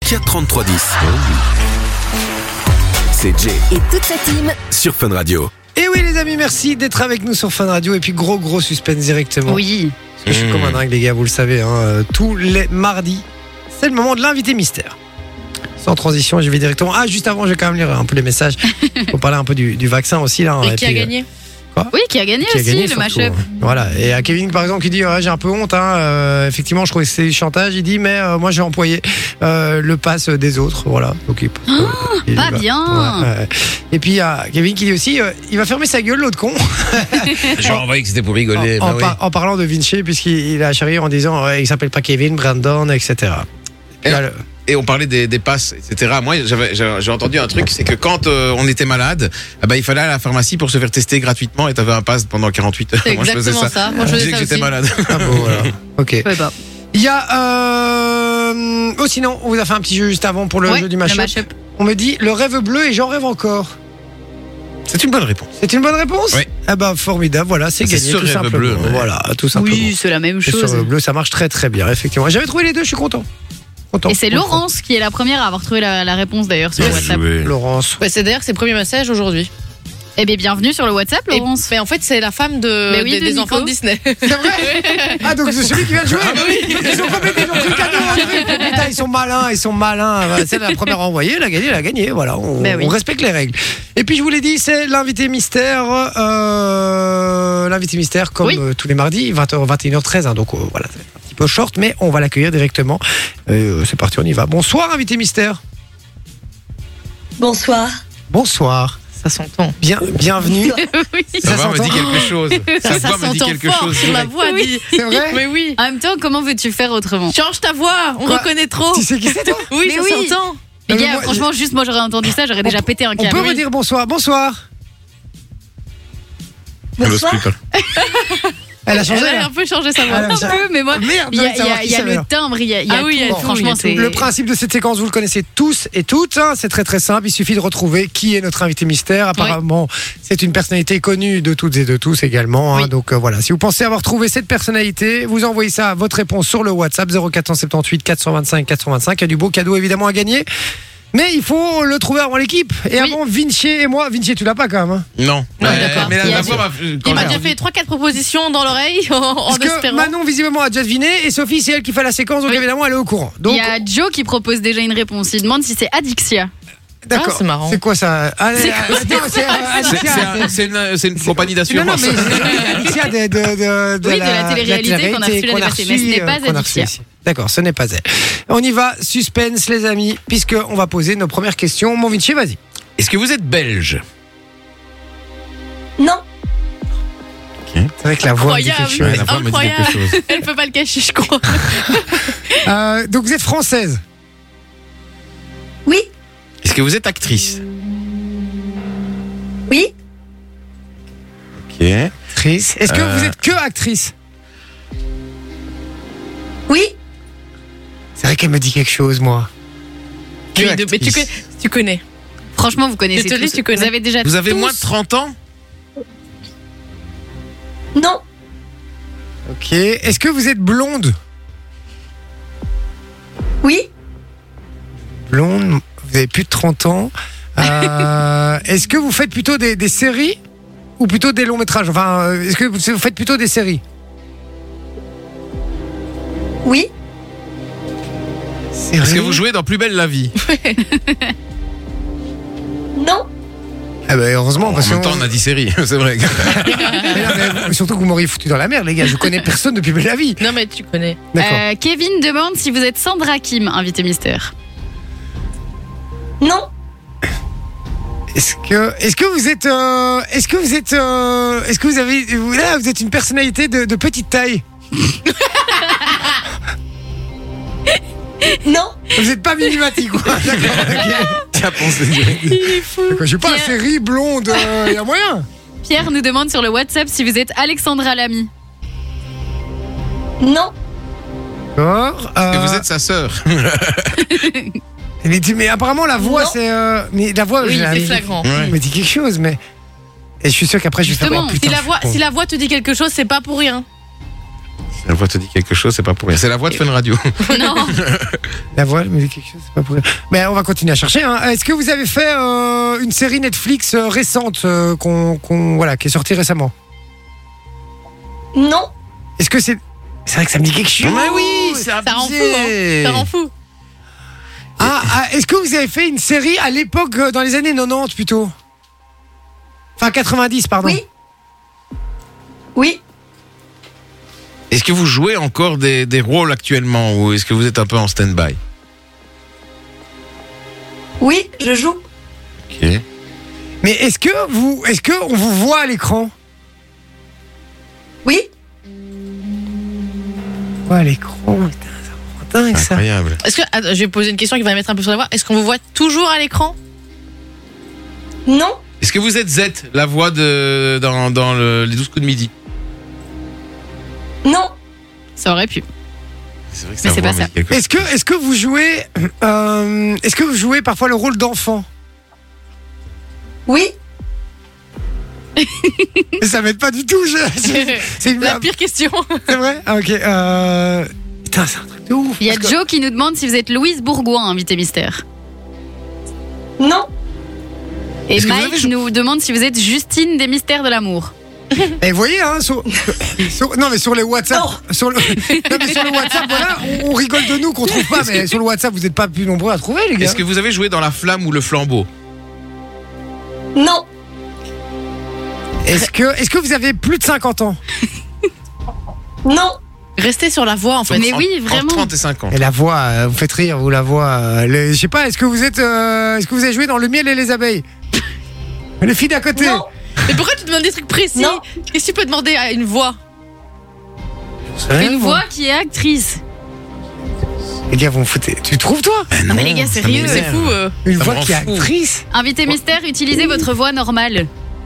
Nokia 3310. C'est Jay Et toute sa team. sur Fun Radio. Et oui les amis, merci d'être avec nous sur Fun Radio. Et puis gros suspense directement. Oui. Parce que je suis comme un dingue les gars, vous le savez. Tous les mardis, c'est le moment de l'invité mystère. Sans transition, je vais directement. Ah, juste avant, je vais quand même lire un peu les messages. Faut parler un peu du vaccin aussi là. Et qui a gagné? Oui, qui a gagné Qui a aussi gagné, le surtout, mashup. Voilà. Et à Kevin par exemple qui dit j'ai un peu honte effectivement je trouvais que c'est du chantage. Il dit mais moi j'ai employé le pass des autres. Voilà. Donc il Pas va. bien. Ouais. Et puis il y a Kevin qui dit aussi il va fermer sa gueule l'autre con. J'ai envoyé que c'était pour rigoler. En parlant de Vinci puisqu'il a charrié en disant il s'appelle pas Kevin, Brandon, etc. Et on parlait des passes, etc. Moi, j'ai entendu un truc, c'est que quand on était malade, il fallait aller à la pharmacie pour se faire tester gratuitement et t'avais un pass pendant 48 heures. C'est Moi, je faisais exactement ça. Moi, je Je faisais disais que ça j'étais aussi. malade. Ah bon, voilà. Ok. Ouais, bah. Il y a sinon on vous a fait un petit jeu juste avant pour le Ouais, jeu du le mashup. mashup. On me dit le rêve bleu et j'en rêve encore. C'est une bonne réponse. C'est une bonne réponse? Oui. Ah bah formidable, voilà, c'est C'est gagné ce tout rêve simplement. bleu, ouais. Voilà, tout simplement. Oui, c'est la même C'est chose. sur le bleu, ça marche très bien, effectivement. J'avais trouvé les deux, je suis content. Et c'est Laurence qui est la première à avoir trouvé la réponse d'ailleurs sur le WhatsApp. Laurence. Ouais, c'est d'ailleurs ses premiers messages aujourd'hui. Eh bien, bienvenue sur le WhatsApp, Laurence. Mais en fait, c'est la femme Mais oui, de des Nico. enfants de Disney. C'est vrai? Ah donc c'est celui qui vient de jouer. Ils ont complètement pris le cadeau. Putain, ils sont malins. Voilà, c'est la première à envoyer, elle a gagné. Voilà, on respecte les règles. Et puis je vous l'ai dit, c'est l'invité mystère. L'invité mystère comme tous les mardis, 20h, 21h13. Donc voilà, ça va être un petit peu short, mais on va l'accueillir directement. C'est parti, on y va. Bonsoir, invité mystère. Bonsoir. Bonsoir. Ça s'entend. Bienvenue. Oui. Ça Ça me dit s'entend. quelque chose. Sa voix me dit s'entend quelque fort chose. sur la direct. voix. Oui. dit. C'est vrai? Mais oui. En même temps, comment veux-tu faire autrement? Change ta voix. On Quoi reconnaît trop. Tu sais qui c'est toi? Oui, Mais ça oui. s'entend. Les Non, mais gars, moi, franchement, juste moi j'aurais entendu ça, j'aurais déjà pété un On câble. peut Oui. redire bonsoir. Bonsoir. Bonsoir. Elle a changé Elle a là. un peu changé sa voix. Elle a- Un peu, mais moi, Merde, il y a, j'ai envie de savoir il y a qui c'est, le timbre, il y a Ah oui, il y a tout. tout, Franchement, il y a c'est. tout. Le principe de cette séquence, vous le connaissez tous et toutes. C'est très simple. Il suffit de retrouver qui est notre invité mystère. Apparemment, c'est une personnalité connue de toutes et de tous également. Oui. Donc voilà, si vous pensez avoir trouvé cette personnalité, vous envoyez ça, votre réponse sur le WhatsApp 0478 425 425. Il y a du beau cadeau évidemment à gagner. Mais il faut le trouver avant l'équipe. Et Oui. avant Vinci et moi. Vinci, tu l'as pas quand même. Hein. Non. d'accord. Mais Il y a la voix m'a. Il m'a déjà fait 3-4 propositions dans l'oreille en Parce que espérant. Manon visiblement a déjà deviné et Sophie c'est elle qui fait la séquence donc Oui. évidemment elle est au courant. Il Donc y a Joe qui propose déjà une réponse. Il demande si c'est Adixia. d'accord. Ah, c'est marrant. C'est quoi ça? Allez, C'est une compagnie Non, non, d'assurance. mais Alexia Oui, de la télé-réalité qu'on a reçue l'année passée, mais ce n'est pas qu'on a reçue Alexia. ici. D'accord, ce n'est pas elle. On y va, suspense les amis, puisqu'on va poser nos premières questions. Mon Vinci, vas-y. Est-ce que vous êtes belge? Non. C'est vrai que la voix me dit Incroyable. quelque chose. La voix me dit Incroyable. quelque chose. Elle peut pas le cacher, je crois. Donc vous êtes française. Oui. Est-ce que vous êtes actrice? Oui. Ok. Actrice. Est-ce que vous êtes que actrice? Oui. C'est vrai qu'elle me dit quelque chose, moi. Que Oui, mais actrice. tu connais. Franchement, vous connaissez Je te tous. laisse, tu connais. Vous avez déjà Vous avez tous- moins de 30 ans? Non. Ok. Est-ce que vous êtes blonde? Oui. Blonde, vous avez plus de 30 ans. Est-ce que vous faites plutôt des séries ou plutôt des longs métrages? Enfin, est-ce que vous faites plutôt des séries? Oui. Est-ce que vous jouez dans Plus belle la vie? Non. Ah bah heureusement, En parce même temps, que on a dit série, c'est vrai. surtout que vous m'auriez foutu dans la merde, les gars. Je connais personne depuis la vie. Non, mais tu connais. D'accord. Kevin demande si vous êtes Sandra Kim, invité mystère. Non. Est-ce que vous êtes est-ce que vous avez là vous êtes une personnalité de petite taille? Non. Vous n'êtes pas minimatique quoi. D'accord. Ok. Tiens, pensez direct. D'accord, je suis pas Pierre. série blonde. Il y a moyen. Pierre nous demande sur le WhatsApp si vous êtes Alexandra Lamy. Non. D'accord. Et vous êtes sa sœur. Mais apparemment la voix Non. c'est mais la voix Oui, je la- c'est flagrant. Ouais. me dit quelque chose mais et je suis sûr qu'après je vais faire Justement, oh, putain, Si la je suis voix, con. si la voix te dit quelque chose, c'est pas pour rien. La voix te dit quelque chose, c'est pas pour rien. C'est la voix de Fun Radio. Non. La voix me dit quelque chose, c'est pas pour rien. Mais on va continuer à chercher. Hein. Est-ce que vous avez fait une série Netflix récente qui est sortie récemment? Non. Est-ce que c'est vrai que ça me dit quelque chose? Mais oui, c'est Ça rend fou, abusé. Ça rend fou. Est-ce que vous avez fait une série à l'époque dans les années 90 plutôt? Enfin 90 pardon. Oui. Oui. Est-ce que vous jouez encore des rôles actuellement ou est-ce que vous êtes un peu en stand-by? Oui, je joue. Ok. Mais est-ce que on vous voit à l'écran? Oui. Ouais, à l'écran, putain, ça me rend dingue ça. Incroyable. Est-ce que attends, je vais poser une question qui va mettre un peu sur la voie. Est-ce qu'on vous voit toujours à l'écran? Non. Est-ce que vous êtes Z, la voix dans les 12 coups de midi? Non. Ça aurait pu. C'est vrai que Mais c'est voix pas ça. me dit quelque chose. Est-ce que vous jouez parfois le rôle d'enfant? Oui. Ça m'aide pas du tout. C'est une La merde. pire question. C'est vrai? Ah, ok. Putain, c'est un truc de ouf. Il y a Parce que- Joe qui nous demande si vous êtes Louise Bourgoin, invité mystère. Non. Et Est-ce que vous Mike avez- nous demande si vous êtes Justine des Mystères de l'amour. Et vous voyez, hein, non mais sur les WhatsApp, Non. sur le WhatsApp, voilà, on rigole de nous qu'on trouve pas, mais sur le WhatsApp, vous n'êtes pas plus nombreux à trouver, les gars. Est-ce que vous avez joué dans La Flamme ou Le Flambeau? Non. Est-ce que vous avez plus de 50 ans? Non. Restez sur la voie en fait. Mais oui, Entre vraiment. 30 et 50. Et la voix, vous faites rire, vous la voix. Je sais pas, est-ce que vous avez joué dans Le Miel et les Abeilles? Les filles d'à côté. Non. Mais pourquoi tu demandes des trucs précis? Non. Qu'est-ce que tu peux demander à une voix? Une voix qui est actrice. Les gars, vous me foutez. Tu trouves toi? Non mais les gars, ça sérieux. m'énerve. C'est fou. Une Ça voix me qui est rend fou. actrice? Invité mystère, utilisez votre voix normale.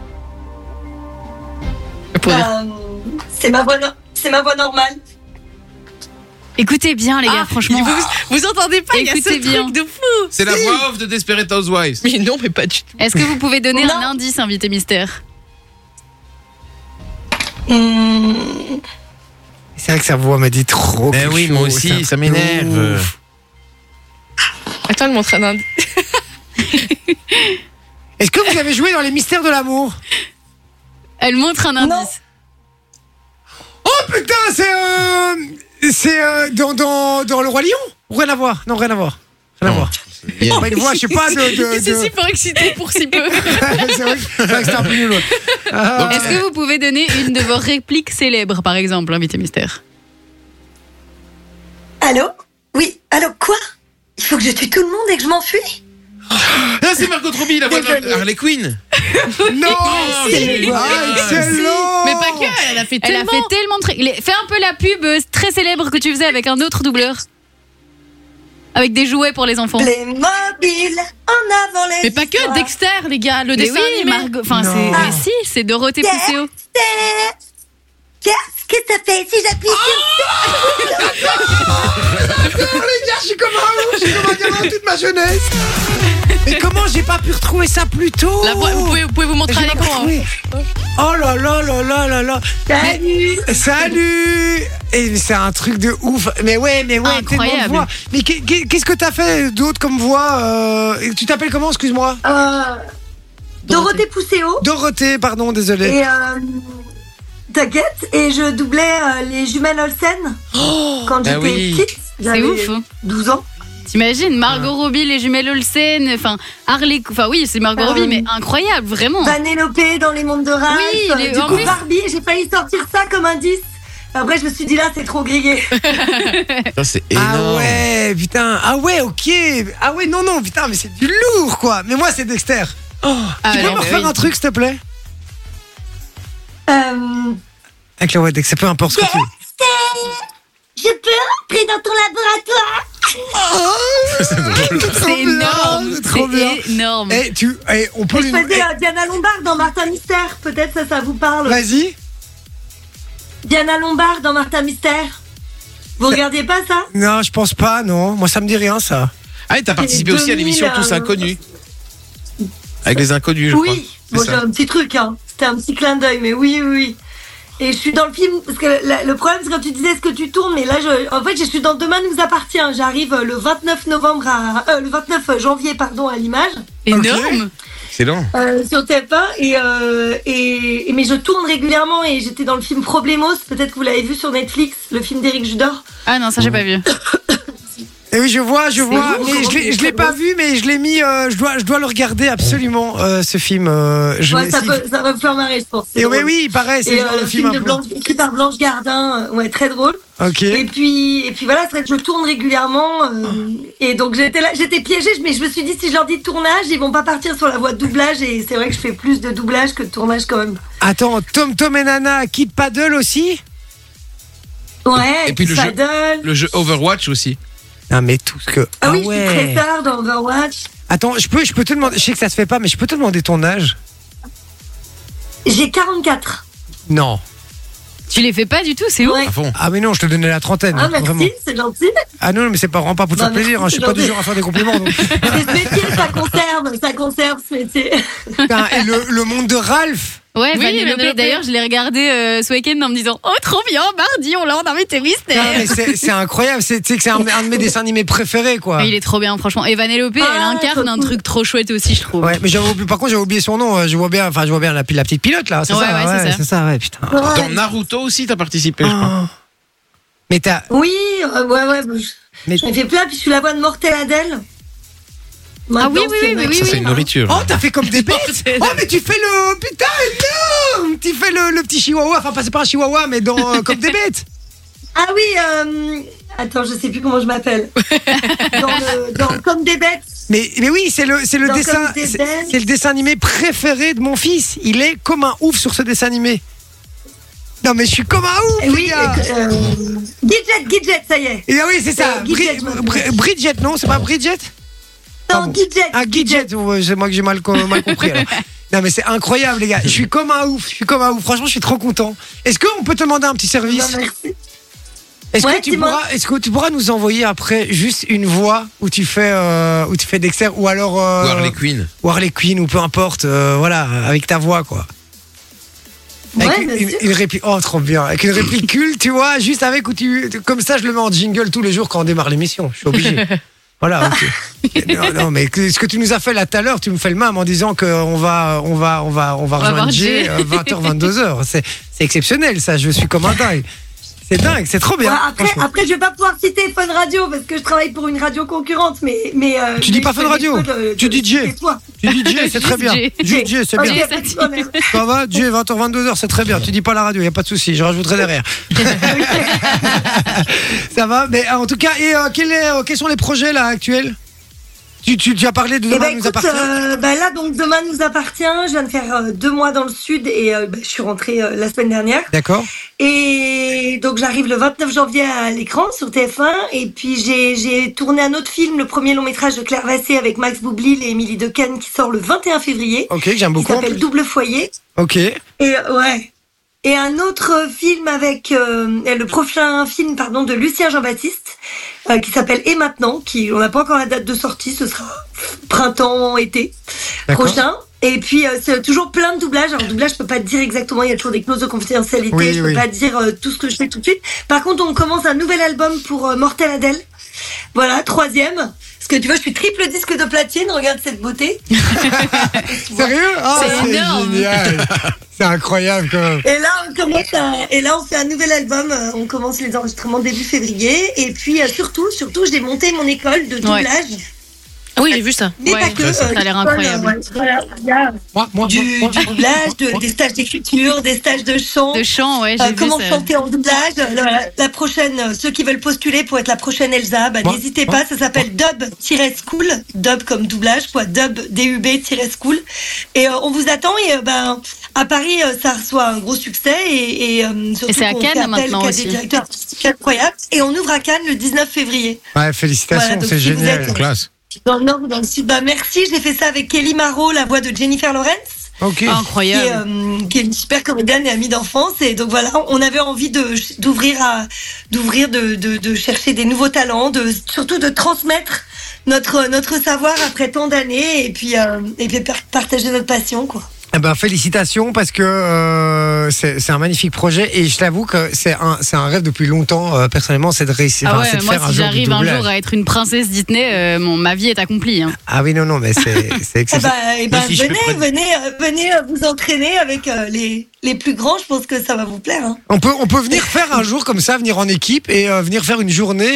C'est ma voix normale. Écoutez bien les gars, franchement. Vous entendez pas? Il y a ce Écoutez truc bien. de fou. C'est la voix off de Desperate Housewives. Mais non, mais pas du tout. Est-ce que vous pouvez donner Non. un indice, invité mystère? C'est vrai que sa voix m'a dit trop. Mais quelque oui, moi chose, aussi, c'est un ça truc de m'énerve. ouf. Attends, elle montre un indice. Est-ce que vous avez joué dans Les Mystères de l'amour? Elle montre un indice. Oh putain, c'est dans Le Roi Lion? Rien à voir. Non, rien à voir. Rien à voir. Yeah. Pas une voix, je sais pas C'est super excité pour si peu. c'est vrai que c'était un peu nul. Ouais. Est-ce que vous pouvez donner une de vos répliques célèbres, par exemple, invité mystère? Allô? Oui. Allô, quoi? Il faut que je tue tout le monde et que je m'enfuis? Ah, c'est Margot Robbie, la voix de Harley Quinn. Non, c'est excellent. Mais pas que, elle a fait Elle tellement. a fait tellement de... Fais un peu la pub très célèbre que tu faisais avec un autre doubleur. Avec des jouets pour les enfants. Les mobiles, en avant les Mais pas que, histoires. Dexter, les gars, le Mais dessin oui, animé. Margot... Enfin, Non. mais si, c'est Dorothée Pousseau. Qu'est-ce que ça fait si j'appuie Les gars, je suis comme un gamin toute ma jeunesse. Mais comment j'ai pas pu retrouver ça plus tôt? La voix, vous pouvez vous montrer à J'ai pas l'écran. retrouvé. Oh là là là là là là. Salut. Salut. Et c'est un truc de ouf. Mais ouais, Incroyable. tellement de voix. Mais qu'est-ce que t'as fait d'autre comme voix? Tu t'appelles comment, excuse-moi? Dorothée Pousseau. Dorothée, pardon, désolé. Et t'inquiète, et je doublais les jumelles Olsen quand Ah j'étais oui. petite. C'est J'avais ouf. Hein. 12 ans. T'imagines, Margot Robbie, les jumelles Olsen, enfin, Harley... Enfin oui, c'est Margot Robbie, mais incroyable, vraiment. Vanellope dans les mondes de Ralph. Oui, Du en coup, plus- Barbie, j'ai failli sortir ça comme indice. Après, je me suis dit là, c'est trop grillé. Ça, c'est Ah énorme. ouais, putain. Ah ouais, ok. Ah ouais, non, putain, mais c'est du lourd, quoi. Mais moi, c'est Dexter. Oh, Ah tu peux non, me mais refaire oui. un truc, s'il te plaît? Euh, Avec la voix de Dexter, peu importe ce que tu veux. je peux rentrer dans ton laboratoire? C'est énorme. C'est trop bien. C'est énorme. On peut Je lui... faisais Diana Lombard dans Martin Mystère. Peut-être ça vous parle. Vas-y. Diana Lombard dans Martin Mystère. Vous regardiez pas ça? Non, je pense pas, non. Moi, ça me dit rien, ça. Ah, et t'as participé aussi à l'émission 2000, Tous Inconnus. Avec les inconnus, je crois. Oui, C'est bon, j'ai ça. un petit truc, hein. C'était un petit clin d'œil, mais oui. Et je suis dans le film, parce que le problème c'est quand tu disais ce que tu tournes, mais là en fait je suis dans Demain nous appartient. J'arrive le 29 janvier à l'Image. Énorme. Excellent. Sur TF1 mais je tourne régulièrement et j'étais dans le film Problemos, peut-être que vous l'avez vu sur Netflix, le film d'Éric Judor. Ah non, ça j'ai pas vu. Et oui, je vois, Bon, mais je l'ai pas vu, mais je l'ai mis, je dois le regarder absolument, ce film. Ça va me faire marrer, je pense. Et oui, il paraît, c'est le film de Blanche, écrit par Blanche Gardin, très drôle. Ok. Et puis voilà, c'est vrai que je tourne régulièrement, et donc j'étais piégée, mais je me suis dit si je leur dis tournage, ils vont pas partir sur la voie de doublage, et c'est vrai que je fais plus de doublage que de tournage quand même. Attends, Tom et Nana, Kid Paddle aussi? Ouais, et puis le jeu Overwatch aussi. Non mais tout ce que... Ah oui, je suis très tard dans Overwatch. Attends, je peux te demander, je sais que ça se fait pas, mais je peux te demander ton âge? J'ai 44. Non. Tu les fais pas du tout, c'est ouf. Ouais. Ah mais non, je te donnais la trentaine. Ah merci, vraiment. c'est gentil. Ah non, mais c'est pas vraiment pas pour te faire plaisir, hein, je suis pas du genre à faire des compliments. Donc. Mais ce métier, ça conserve ce métier. Putain, et le monde de Ralph. Ouais, Oui, Vanellope, d'ailleurs, je l'ai regardé ce week-end en me disant oh trop bien, mardi on l'a en invité mystère. Non, mais c'est incroyable, tu sais que c'est un de mes dessins animés préférés quoi. Mais il est trop bien franchement. Et Vanellope, elle incarne un truc trop chouette aussi, je trouve. Ouais, mais par contre j'avais oublié son nom, je vois bien la petite pilote là, c'est Ouais, ça, ouais, c'est ça, ouais, putain. Dans Naruto aussi, t'as participé, je crois. Mais t'as... Oui, ouais, Mais- j'en ai fait plein, puis je suis la voix de Mortel Adèle. Ah oui, oui. Ça, c'est une nourriture. Oh, t'as fait comme des bêtes. Oh, mais tu fais le... Putain, énorme. Tu fais le petit chihuahua, enfin c'est pas un chihuahua, mais dans comme des bêtes. Ah oui, attends, je sais plus comment je m'appelle. dans Comme des bêtes. Mais oui, c'est le Dans dessin, Comme des c'est bêtes. le dessin animé préféré de mon fils. Il est comme un ouf sur ce dessin animé. Non mais je suis comme un ouf, Et les oui, gars. Gidget, ça y est. Et ah oui, c'est ça. Gidget, Bridget, non, c'est pas Bridget? Non, Gidget. Ah, Gidget, ouais, c'est moi que j'ai mal compris. Alors. Non mais c'est incroyable les gars, je suis comme un ouf, franchement je suis trop content. Est-ce qu'on peut te demander un petit service? Non, merci. Est-ce que tu pourras nous envoyer après juste une voix où tu fais Dexter ou alors Ou Harley Quinn. ou peu importe, voilà, avec ta voix quoi. Avec Ouais, bien sûr. une réplique, oh trop bien, avec une réplique culte, tu vois, juste avec où comme ça je le mets en jingle tous les jours quand on démarre l'émission, je suis obligé. Voilà, ok. Non, mais ce que tu nous as fait là tout à l'heure, tu me fais le même en disant qu'on va rejoindre Jay 20h, 22h. C'est exceptionnel, ça. Je suis comme un dingue. C'est dingue, c'est trop bien. Ouais, après, je vais pas pouvoir citer Fun Radio parce que je travaille pour une radio concurrente, mais tu dis pas Fun Radio, tu dis Jay. Tu dis Jay, c'est très bien. Jay. Jay, c'est bien. Ça va, Jay, 20h, 22h, c'est très bien. Tu dis pas la radio, y a pas de souci. Je rajouterai derrière. Ça va, mais en tout cas, et quels sont les projets là actuels? Tu as parlé de Demain nous appartient. Là, donc Demain nous appartient. Je viens de faire 2 mois dans le sud et je suis rentrée la semaine dernière. D'accord. Et donc j'arrive le 29 janvier à l'écran sur TF1. Et puis j'ai tourné un autre film, le premier long métrage de Claire Vassé avec Max Boublil et Émilie Dequesne qui sort le 21 février. Ok, j'aime Qui beaucoup. s'appelle Double Foyer. Ok. Et ouais. Et un autre film avec le prochain film de Lucien Jean-Baptiste qui s'appelle Et maintenant, on n'a pas encore la date de sortie, ce sera printemps-été prochain. Et puis c'est toujours plein de doublages. Alors doublage, je peux pas te dire exactement, il y a toujours des clauses de confidentialité, Oui, je peux pas te dire tout ce que je fais tout de suite. Par contre, on commence un nouvel album pour Mortel Adèle. Voilà, 3e. Parce que tu vois, je suis triple disque de platine, regarde cette beauté. Sérieux? Oh, C'est énorme. génial. C'est incroyable quand même. Et là, on fait un nouvel album. On commence les enregistrements début février. Et puis, surtout, j'ai monté mon école de doublage. Ah oui, j'ai vu ça. Mais Ouais, pas que. ça a l'air incroyable. Voilà, il y a Moi. du doublage, des stages d'écriture, des stages de chant. De chant, ouais, j'ai vu Comment ça. chanter en doublage. La prochaine, ceux qui veulent postuler pour être la prochaine Elsa, n'hésitez pas. Ça s'appelle Dub-School. Dub comme doublage, Dub, D-U-B-School. Et on vous attend. Et à Paris, ça reçoit un gros succès. Et surtout c'est à qu'on Cannes fait appel maintenant qu'à aussi. des directeurs artistiques incroyables. Et on ouvre à Cannes le 19 février. Ouais, félicitations, Voilà, donc c'est si vous génial. êtes- Classe. Dans le nord ou dans le sud. Merci, j'ai fait ça avec Kelly Marot, la voix de Jennifer Lawrence. Ok. Incroyable. Qui est une super comédienne et amie d'enfance. Et donc voilà, on avait envie d'ouvrir, de chercher des nouveaux talents, surtout de transmettre notre savoir après tant d'années et puis partager notre passion, quoi. Eh ben, félicitations parce que c'est un magnifique projet et je t'avoue que c'est un rêve depuis longtemps. Personnellement, c'est de réussir, Ah ouais, c'est de moi faire si un jour du j'arrive un doublage. jour à être une princesse Disney, ma vie est accomplie. Hein. Ah oui, non, mais c'est exceptionnel. Si je peux venez vous entraîner avec les plus grands. Je pense que ça va vous plaire. Hein. On peut venir faire un jour comme ça, venir en équipe et venir faire une journée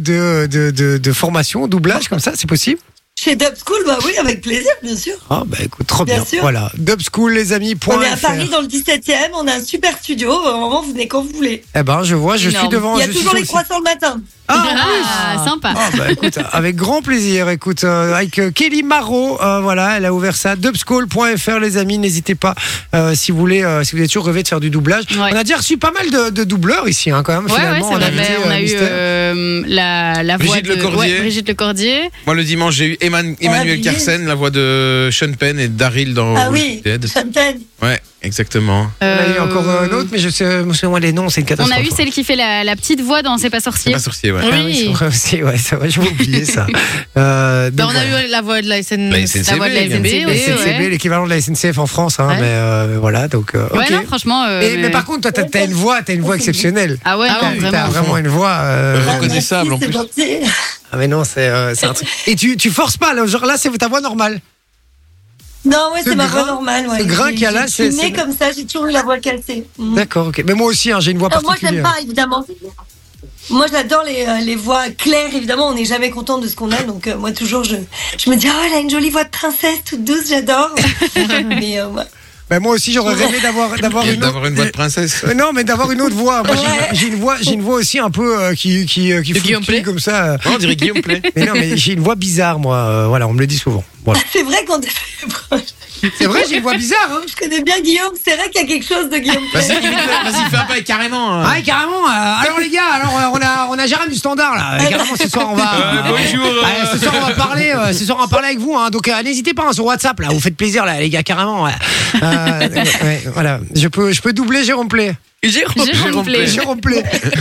de formation, doublage comme ça, c'est possible? Chez Dub School, bah oui, avec plaisir, bien sûr. Ah bah écoute, trop bien. Bien sûr. Voilà, Dub School les amis. On est à Paris dans le 17e, on a un super studio. Vraiment, vous venez quand vous voulez. Eh ben, je vois, je suis Énorme. devant. Il y a je suis toujours sur les le site. croissants le matin. Ah, en plus. Sympa. Ah bah écoute, avec grand plaisir. Écoute, avec Kelly Marot, voilà, elle a ouvert ça. Dubschool.fr les amis, n'hésitez pas si vous voulez, si vous êtes toujours rêvé de faire du doublage. Ouais. On a déjà reçu pas mal de doubleurs ici, hein, quand même. Ouais, finalement, c'est vrai. invité, On a eu Mystère. la voix Brigitte de Lecordier. Brigitte Lecordier. Moi, le dimanche, j'ai eu Emmanuel Brigitte. Carsen, la voix de Sean Penn et Daryl dans Ah oui, Dead. Fontaine. Ouais, exactement. On a eu encore un autre, mais je sais moi les noms, c'est une On catastrophe. a eu celle qui fait la petite voix dans C'est pas C'est sorcier. pas sorcier, ouais. Ah oui, c'est vrai aussi, ouais, c'est vrai, je vais oublier ça. Donc, On a eu la voix de la SNCB. La SNCB, La voix de la également. SNCB, la SNCB, ouais. l'équivalent de la SNCF en France, hein, Ouais. mais voilà, donc Ouais, ok. non, franchement. Mais par contre, toi, t'as une voix exceptionnelle. Ah ouais, T'as non, t'as vraiment. vraiment une voix. Reconnaissable, en C'est plus. gentil. Ah mais non, c'est un truc. Et tu forces pas, là, genre là, c'est ta voix normale. Non, ouais, Ce c'est ma grain- voix normale. Ouais. ce grain qu'il y a là, Je suis c'est- née comme ça, j'ai toujours eu la voix cassée. Mm. D'accord, ok. Mais moi aussi, hein, j'ai une voix Alors, moi, j'aime particulière. pas, évidemment. Moi, j'adore les voix claires, évidemment. On n'est jamais content de ce qu'on a. Donc, moi, toujours, je me dis, oh, elle a une jolie voix de princesse, toute douce, j'adore. Mais, ouais. Bah, moi aussi, j'aurais rêvé d'avoir Et une autre. d'avoir une voix de princesse. Non, mais d'avoir une autre voix. Moi, Ouais. j'ai une voix aussi un peu qui Guillaume fluctue Play comme ça. Ouais, on dirait Guillaume Play. Mais non, mais j'ai une voix bizarre, moi. Voilà, on me le dit souvent. Voilà. C'est vrai qu'on est proches. C'est vrai, j'ai une voix bizarre, hein. Je connais bien Guillaume. C'est vrai qu'il y a quelque chose de Guillaume. Vas-y, vas-y, fais un peu carrément. hein. Ah, carrément. Alors les gars, on a Jérôme du Standard là. Carrément, ce soir on va. Bonjour. Ce soir on va parler. Ce soir on va parler avec vous. Hein, donc n'hésitez pas hein, sur WhatsApp là. Vous faites plaisir là, les gars, carrément. Ouais. Ouais, voilà. Je peux doubler Jérôme Play. Jérôme Play. Jérôme Play.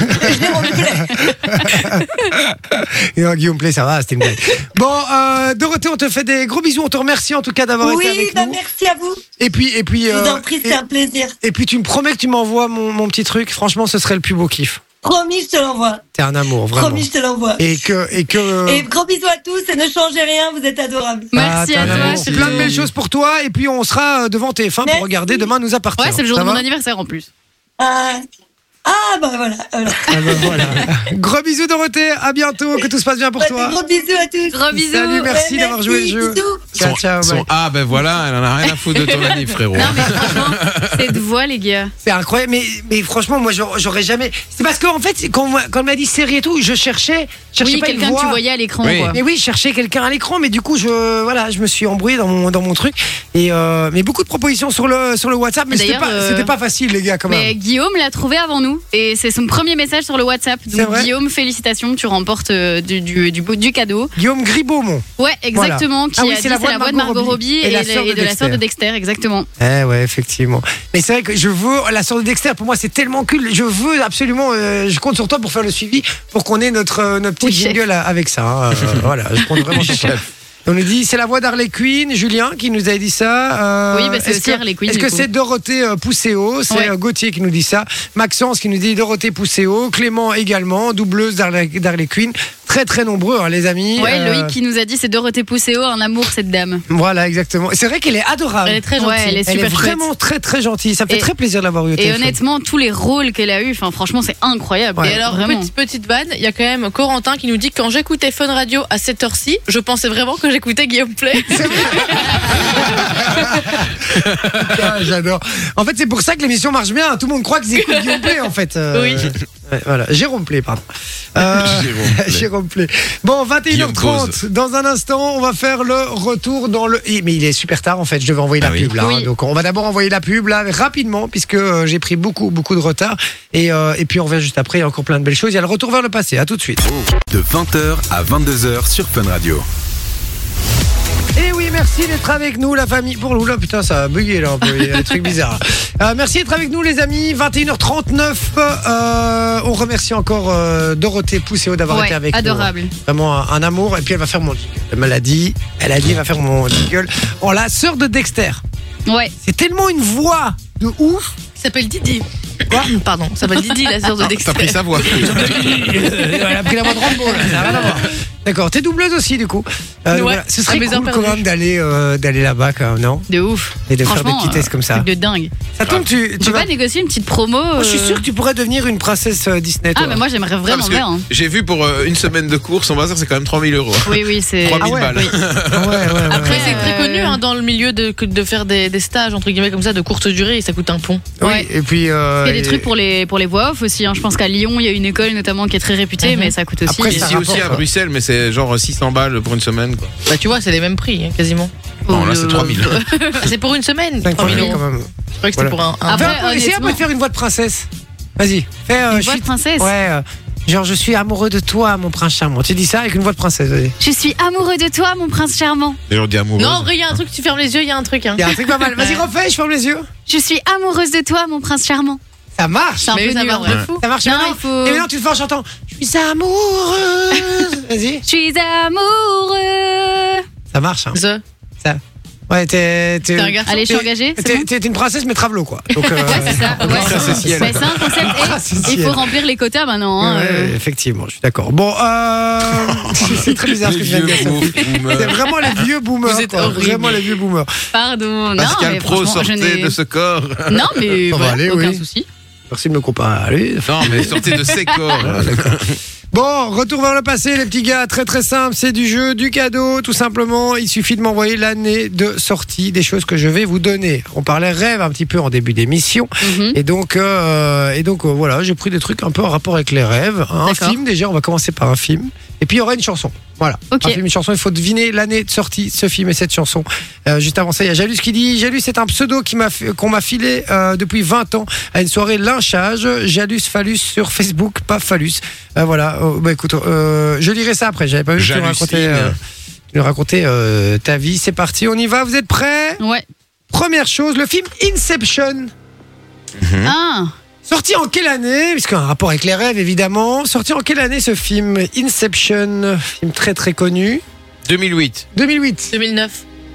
Non, Guillaume Play, ça va, c'était une blague. Bon, Dorothée, on te fait des gros bisous. On te remercie en tout cas d'avoir été Oui, avec bah nous. merci à vous. Et puis. Je vous en prie, c'est un plaisir. Et puis tu me promets que tu m'envoies mon petit truc. Franchement, ce serait le plus beau kiff. Promis, je te l'envoie. T'es un amour, vraiment. Promis, je te l'envoie. Et que. Et gros bisous à tous et ne changez rien, vous êtes adorables. Merci t'es à un toi. amour. surtout. Plein de belles choses pour toi. Et puis on sera devant TF1 Merci. pour regarder Demain nous appartient. Ouais, c'est le jour Ça de mon va anniversaire en plus. Bah voilà. Ah bah voilà. Gros bisous Dorothée, à bientôt, que tout se passe bien pour Ouais, toi. Gros bisous à tous. Gros bisous. Salut, merci d'avoir joué le jeu. Bisous. Ciao, ciao, bye. Ah ben voilà, elle en a rien à foutre de ton année, frérot. Non, mais franchement, cette voix, les gars. C'est incroyable, mais franchement, moi j'aurais jamais. C'est parce qu'en fait, quand on m'a dit série et tout, je cherchais Oui, pas une quelqu'un que voix. tu voyais à l'écran, Oui. quoi. Mais oui, je cherchais quelqu'un à l'écran, mais du coup, je me suis embrouillé dans mon truc. Et mais beaucoup de propositions sur le WhatsApp, mais c'était D'ailleurs, pas facile, les gars, quand même. Mais Guillaume l'a trouvé avant nous et c'est son premier message sur le WhatsApp. C'est Donc vrai Guillaume, félicitations, tu remportes du cadeau. Guillaume Gribaumont. Ouais, exactement. Qui Ah oui, a dit c'est la voix de Margot Robbie et de la sœur de Dexter, exactement. Ouais, effectivement. Mais c'est vrai que je veux la sœur de Dexter. Pour moi, c'est tellement cool. Je veux absolument. Je compte sur toi pour faire le suivi, pour qu'on ait notre petit Oui, chef. jingle avec ça. Hein. Voilà, je compte vraiment sur toi. On nous dit c'est la voix d'Harley Quinn, Julien qui nous a dit ça. Oui, bah, c'est est-ce aussi que- Harley Quinn, Est-ce du que coup. c'est Dorothée Pousséo? C'est Ouais. Gauthier qui nous dit ça. Maxence qui nous dit Dorothée Pousséo. Clément également, doubleuse d'Harley Quinn. Très très nombreux, hein, les amis. Ouais, Loïc qui nous a dit c'est Dorothée Pousséo, un amour cette dame. Voilà, exactement. C'est vrai qu'elle est adorable. Elle est très gentille. Ouais, elle est Elle est super vraiment chouette. très très gentille. Ça me fait Et- très plaisir de l'avoir eu au Et téléphone. honnêtement, tous les rôles qu'elle a eu, enfin franchement, c'est incroyable. Ouais. Et alors, vraiment. petite vanne, il y a quand même Corentin qui nous dit que quand j'écoutais Fun Radio à cette heure-ci, je pensais vraiment que j'écoutais Guillaume Play. Ah, j'adore. En fait, c'est pour ça que l'émission marche bien. Tout le monde croit qu'ils écoutent Guillaume Play, en fait. Oui. Ouais, voilà. Jérôme Play, pardon. Jérôme Play. Jérôme Play. Bon, Guillaume 21h30. Pause. Dans un instant, on va faire le retour dans le. Mais il est super tard, en fait. Je devais envoyer la Ah oui. pub, là. Oui. Hein. Donc, on va d'abord envoyer la pub, là, rapidement, puisque j'ai pris beaucoup de retard. Et puis, on revient juste après. Il y a encore plein de belles choses. Il y a le retour vers le passé. À tout de suite. De 20h à 22h sur Fun Radio. Et oui, merci d'être avec nous, la famille. Pour nous, là, putain, ça a bugué, là, un peu. Il y a des trucs bizarres. Merci d'être avec nous, les amis. 21h39. On remercie encore Dorothée Pousséo d'avoir Ouais, été avec adorable. nous. Vraiment un amour. Et puis, elle va faire mon jingle. Elle me l'a dit. Elle a dit, elle va faire mon jingle. Oh, la sœur de Dexter. Ouais. C'est tellement une voix de ouf. Il s'appelle Didi. Quoi? Pardon, ça s'appelle Didi, la sœur de Dexter. T'as pris sa voix. Elle a pris la voix de Rambo, là, ça n'a rien à voir. D'accord, t'es doubleuse aussi du coup. Voilà. Ce serait à mes cool heures quand même d'aller là-bas quand même, non? De ouf. Et de faire des Franchement, petits tests comme ça. truc de dingue. Ça tombe, tu Tu vas. vas négocier une petite promo. Moi, je suis sûr que tu pourrais devenir une princesse Disney. Ah, toi. mais moi j'aimerais Non, vraiment parce que bien. Hein. j'ai vu pour une semaine de course, on va dire c'est quand même 3 000 €. Oui, c'est. 3 000 Ah ouais, balles. oui. Ouais. Après, c'est très Euh, connu dans le milieu de faire des stages, entre guillemets, comme ça, de courte durée, et ça coûte un pont. Oui, Ouais. et puis. Il y a des trucs pour les voix off aussi. Hein. Je pense qu'à Lyon, il y a une école notamment qui est très réputée, mais ça coûte aussi. Après, Ici ça aussi à rapporte. Bruxelles, mais c'est genre 600 balles pour une semaine. Quoi. Bah, tu vois, c'est les mêmes prix, quasiment. Non, là c'est 3 000. C'est pour une semaine, 5 3 000 quand €. même. Je croyais que c'était pour un. Après, Essaye un peu de honnêtement- faire une voix de princesse. Vas-y, fais. Une je voix suis- de princesse. Ouais, genre je suis amoureux de toi, mon prince charmant. Tu dis ça avec une voix de princesse, vas-y. Je suis amoureux de toi, mon prince charmant. Les gens disent amoureuse. Non, en vrai, il y a un truc, tu fermes les yeux, il y a un truc. Il y a un truc pas mal. Vas-y, refais, je ferme les yeux. Je suis amoureuse de toi, mon prince charmant. Ça marche. C'est un Mais peu ça nul, marche hein. de fou. Ça marche Non, maintenant. il faut- Et maintenant, tu le fais en chantant. Je suis amoureuse. Vas-y. Je suis amoureux. Ça marche, hein. The. Ouais, t'es. T'es un garçon. Allez, je suis engagée. c'est bon T'es une princesse, mais travelot, quoi. Donc, Ouais, c'est ça. Ouais. Princessielle. Mais c'est un concept. Et il faut remplir les quotas maintenant. Hein. Ouais, effectivement, je suis d'accord. Bon, c'est très bizarre ce que je viens de dire. Sophie. C'est vraiment les vieux boomers. Vous êtes quoi. horribles. Vraiment les vieux boomers. Pardon. Non, Pascal mais Pro franchement, je sortait n'ai- de ce corps. Non, mais Ça va voilà, aller, aucun oui. souci. Merci de me comparer à lui. Non, mais sortez de ces corps. Bon, retour vers le passé, les petits gars. Très très simple, c'est du jeu, du cadeau, tout simplement. Il suffit de m'envoyer l'année de sortie des choses que je vais vous donner. On parlait rêve un petit peu en début d'émission. Mhm. Et donc, voilà, j'ai pris des trucs un peu en rapport avec les rêves. Un D'accord. film, déjà, on va commencer par un film. Et puis, il y aura une chanson. Voilà. Ok. Un film, une chanson. Il faut deviner l'année de sortie de ce film et cette chanson. Juste avant ça, il y a Jalus qui dit Jalus, c'est un pseudo qu'on m'a filé depuis 20 ans à une soirée lynchage. Jalus Phallus sur Facebook, pas Phallus. Voilà. Écoute, je lirai ça après. J'avais pas vu que tu nous racontais ta vie. C'est parti, on y va. Vous êtes prêts? Ouais. Première chose, le film Inception. Ah, Sorti en quelle année? Puisqu'il y a un rapport avec les rêves, évidemment. Sorti en quelle année ce film Inception, film très très connu. 2008. 2008. 2009.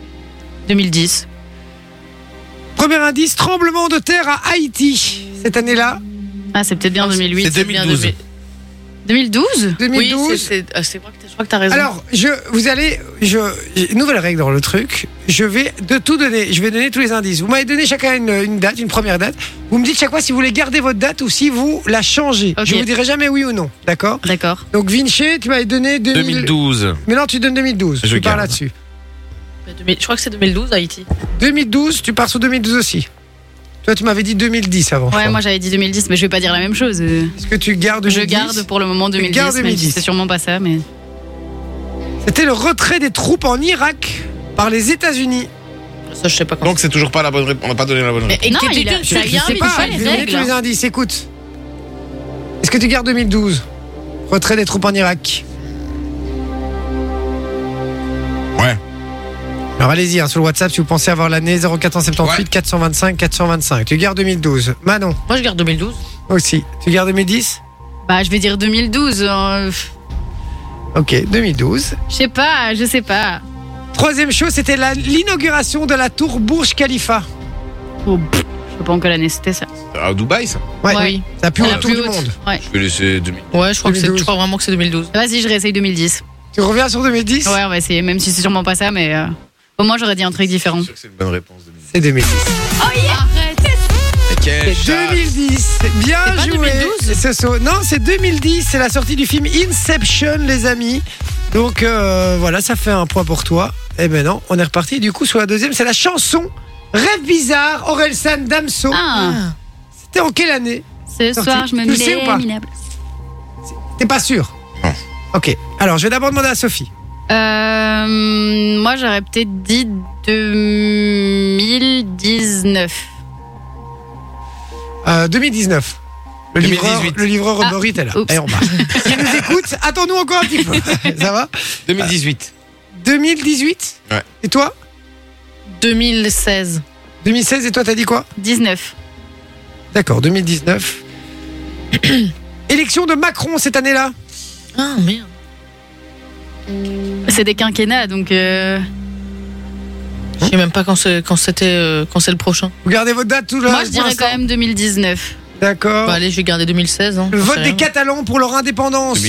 2010. Premier indice, tremblement de terre à Haïti. Cette année-là, Ah, c'est peut-être bien 2008. C'est 2012. 2012 2012. Oui, je crois que t'as raison. Alors, nouvelle règle dans le truc. Je vais tout donner. Je vais donner tous les indices. Vous m'avez donné chacun une date, une première date. Vous me dites chaque fois si vous voulez garder votre date ou si vous la changez. Ok. Je vous dirai jamais oui ou non. D'accord? D'accord. Donc, Vinci, tu m'avais donné 2012. Mais non, tu donnes 2012. Je Tu pars garde. là-dessus. Je crois que c'est 2012, Haïti. 2012, tu pars sur 2012 aussi. Toi, tu m'avais dit 2010 avant. je Ouais, crois. moi j'avais dit 2010, mais je vais pas dire la même chose. Est-ce que tu gardes 2010? Je garde pour le moment 2010, gardes même 2010. si c'est sûrement pas ça, mais. C'était le retrait des troupes en Irak par les États-Unis. Ça, je sais pas quand. Donc c'est toujours pas la bonne réponse. On n'a pas donné la bonne réponse. Et Non, que il a- tu- ça tu- y a un Je sais mais pas, dis pas je les vais donner règles, tous les hein. indices. Écoute. Est-ce que tu gardes 2012? Retrait des troupes en Irak. Ouais. Alors allez-y, sur le WhatsApp, si vous pensez avoir l'année 0478 Ouais. 425 425. Tu gardes 2012. Manon, Moi, je garde 2012. aussi. Tu gardes 2010? Bah, je vais dire 2012. Ok, 2012. Je sais pas. Troisième chose, c'était l'inauguration de la tour Burj Khalifa. Oh, pff, je sais pas en quelle année c'était ça. À Dubaï, ça. Ouais, Oui. ça pue La autour plus du haute. monde. Ouais. Je vais laisser 2000. Ouais, je crois 2012. je crois vraiment que c'est 2012. Vas-y, je réessaye 2010. Tu reviens sur 2010? Ouais, on va essayer, même si c'est sûrement pas ça, mais au moins j'aurais dit un truc différent. Je suis sûr que c'est une bonne réponse. 2010. C'est 2010. Quel C'est chat. 2010. Bien C'est pas joué. 2012? Ce saut. Non, c'est 2010. C'est la sortie du film Inception, les amis. Donc voilà, ça fait un point pour toi. Et maintenant, on est reparti. Du coup, sur la deuxième, c'est la chanson Rêve bizarre, Orelsan Damso. Ah, C'était en quelle année? ce sorti. soir je me Tu le sais ou pas? mets minable. T'es pas sûr? Non. Ok. Alors, je vais d'abord demander à Sophie. Moi j'aurais peut-être dit 2019. 2019. 2018. Le livreur Uber Eats est là. oups. Et on part. S'il nous écoute, attends-nous encore un petit peu. Ça va? 2018. 2018? Ouais. Et toi? 2016. 2016, et toi, t'as dit quoi? 19. D'accord, 2019. Élection de Macron cette année-là. Ah, merde. C'est des quinquennats, donc. Je sais même pas quand c'est le prochain. Vous gardez votre date tout là? Moi, je dirais quand même 2019. D'accord. Bah, allez, je vais garder 2016. Hein, Le vote des Catalans pour leur indépendance.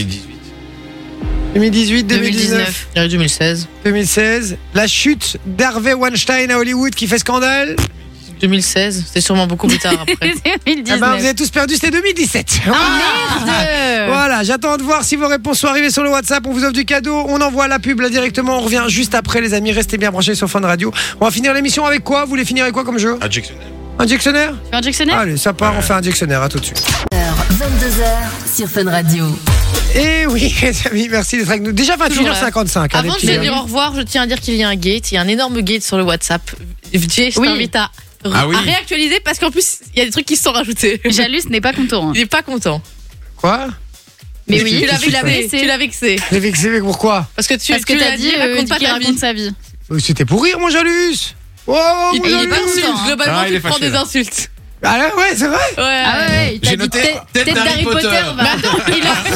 2018. 2019. Je dirais 2016. 2016. La chute d'Harvey Weinstein à Hollywood qui fait scandale. 2016, c'est sûrement beaucoup plus tard après. 2019. Eh ben, vous avez tous perdu, c'était 2017. Ah merde. Voilà, j'attends de voir si vos réponses sont arrivées sur le WhatsApp. On vous offre du cadeau, on envoie la pub là directement. On revient juste après, les amis. Restez bien branchés sur Fun Radio. On va finir l'émission avec quoi? Vous voulez finir avec quoi comme jeu? Un dictionnaire. Un dictionnaire? Tu veux un dictionnaire? Allez, ça part, on fait un dictionnaire. À tout de suite. 22h sur Fun Radio. Et oui, les amis, merci d'être avec nous. Déjà 21h55. Avant de dire au revoir, je tiens à dire qu'il y a un gate. Il y a un énorme gate sur le WhatsApp. Jay, je t'invite à réactualiser parce qu'en plus, il y a des trucs qui se sont rajoutés. Jalus n'est pas content. Il est pas content. Quoi? Mais oui, tu l'as vexé. Les vexé, mais pourquoi? Parce que tu t'as dit qu'il raconte sa vie. C'était pour rire, mon Jalus. Oh, il est pas insulte. Globalement, tu prends des insultes. Ah ouais, c'est vrai. Ouais. J'ai noté tête d'Harry Potter. Mais attends,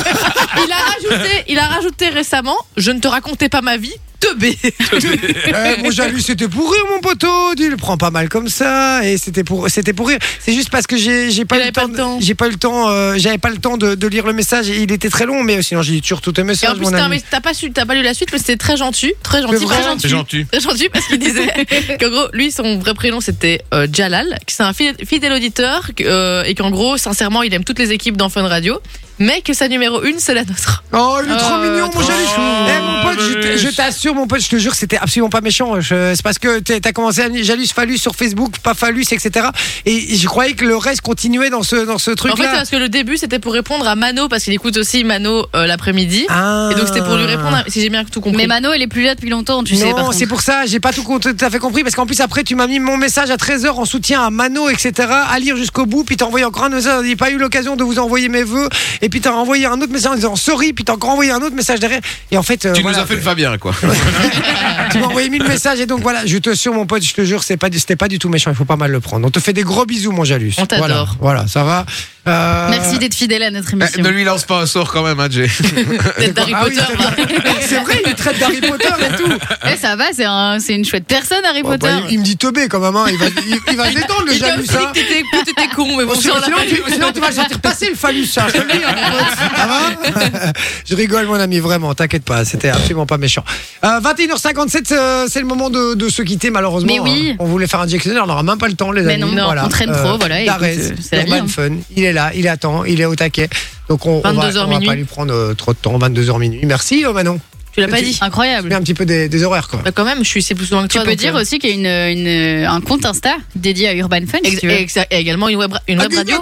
il a rajouté récemment. Je ne te racontais pas ma vie. Teubé. Mon Jalus, c'était pour rire, mon poteau. Tu le prends pas mal comme ça. Et c'était pour rire. C'est juste parce que j'ai pas eu le temps. J'avais pas le temps de lire le message. Et il était très long, mais sinon j'ai dit toujours tous tes messages. Et en plus, t'as pas lu la suite, mais c'était très gentil. Très gentil. C'est gentil. Très gentil parce qu'il disait qu'en gros, lui, son vrai prénom c'était Jalal, que c'est un fidèle auditeur et qu'en gros, sincèrement, il aime toutes les équipes dans Fun Radio. Mais que sa numéro 1, c'est la nôtre. Oh, il est trop mignon, mon Jalus. Mon pote, je t'assure, mon pote, je te jure, c'était absolument pas méchant. C'est parce que t'as commencé à Jalus Phallus sur Facebook, pas Phallus, etc. Et je croyais que le reste continuait dans ce truc-là. En fait, c'est parce que le début, c'était pour répondre à Mano, parce qu'il écoute aussi Mano l'après-midi. Et donc, c'était pour lui répondre, si j'ai bien tout compris. Mais Mano, elle est plus là depuis longtemps, tu sais. Non, c'est pour ça, j'ai pas tout à fait compris. Parce qu'en plus, après, tu m'as mis mon message à 13h en soutien à Mano, etc. À lire jusqu'au bout. Puis t'as envoyé encore un message. J'ai pas eu l'occasion de vous envoyer mes vœux. Et puis t'as envoyé un autre message en disant sorry, puis t'as encore envoyé un autre message derrière. Et en fait, tu nous as fait le Fabien, quoi. Tu m'as envoyé 1000 messages et donc voilà, je te sûre, mon pote, je te jure, c'était pas du tout méchant. Il faut pas mal le prendre. On te fait des gros bisous, mon Jalus. On t'adore. Voilà, ça va. Merci d'être fidèle à notre émission. Ne lui lance pas un sort quand même, hein, Jay. Tête d'Harry Potter. C'est vrai, il traite d'Harry Potter et tout. Ça va, c'est une chouette personne, Harry Potter. Il me dit teubé quand même, hein. Il va se détendre, le Jalus. T'étais con, mais bon, sinon tu vas le sentir passer le phallus, ça. Je te le dis, hein, mon pote. Ça va? Je rigole, mon ami, vraiment, t'inquiète pas, c'était absolument pas méchant. 21h57, c'est le moment de se quitter, malheureusement. Mais oui. On voulait faire un dictionnaire, on n'aura même pas le temps, les amis. Mais non, voilà. on traîne trop, voilà. Darès, C'est la vie. Urban Fun, il est là, il attend, il est au taquet. Donc on va pas lui prendre trop de temps, 22h minuit. Merci, Manon. Tu l'as pas dit. Incroyable. Tu fais un petit peu des horaires, quoi. Bah quand même, je sais plus souvent que tu toi. Tu peux dire aussi qu'il y a un compte Insta dédié à Urban Fun. Si tu veux. Et également une web radio.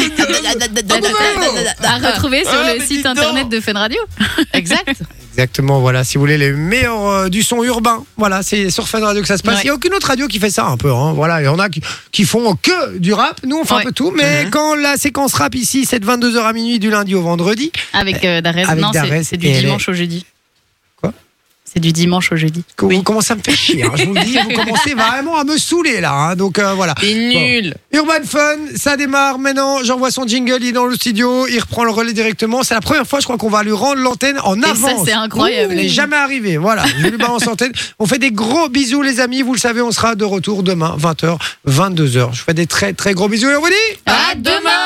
À retrouver sur le site internet de Fun Radio. Exact. Exactement, voilà. Si vous voulez les meilleurs du son urbain, voilà, c'est sur Fun Radio que ça se passe. Il n'y a aucune autre radio qui fait ça un peu. Hein. Voilà, il y en a qui font que du rap. Nous, on fait un peu tout. Mais quand la séquence rap ici, c'est de 22h à minuit du lundi au vendredi. Avec Darès. Non, c'est du dimanche au jeudi. Quoi? C'est du dimanche au jeudi. Vous commencez à me faire chier. Hein. Je vous le dis, vous commencez vraiment à me saouler là. Hein. Donc voilà. C'est nul. Bon. Urban Fun, ça démarre maintenant. J'envoie son jingle, il est dans le studio. Il reprend le relais directement. C'est la première fois, je crois, qu'on va lui rendre l'antenne en avance. Ça, c'est incroyable. Il n'est jamais arrivé. Voilà. Je lui balance l'antenne. On fait des gros bisous, les amis. Vous le savez, on sera de retour demain, 20h, 22h. Je fais des très, très gros bisous et on vous dit à demain.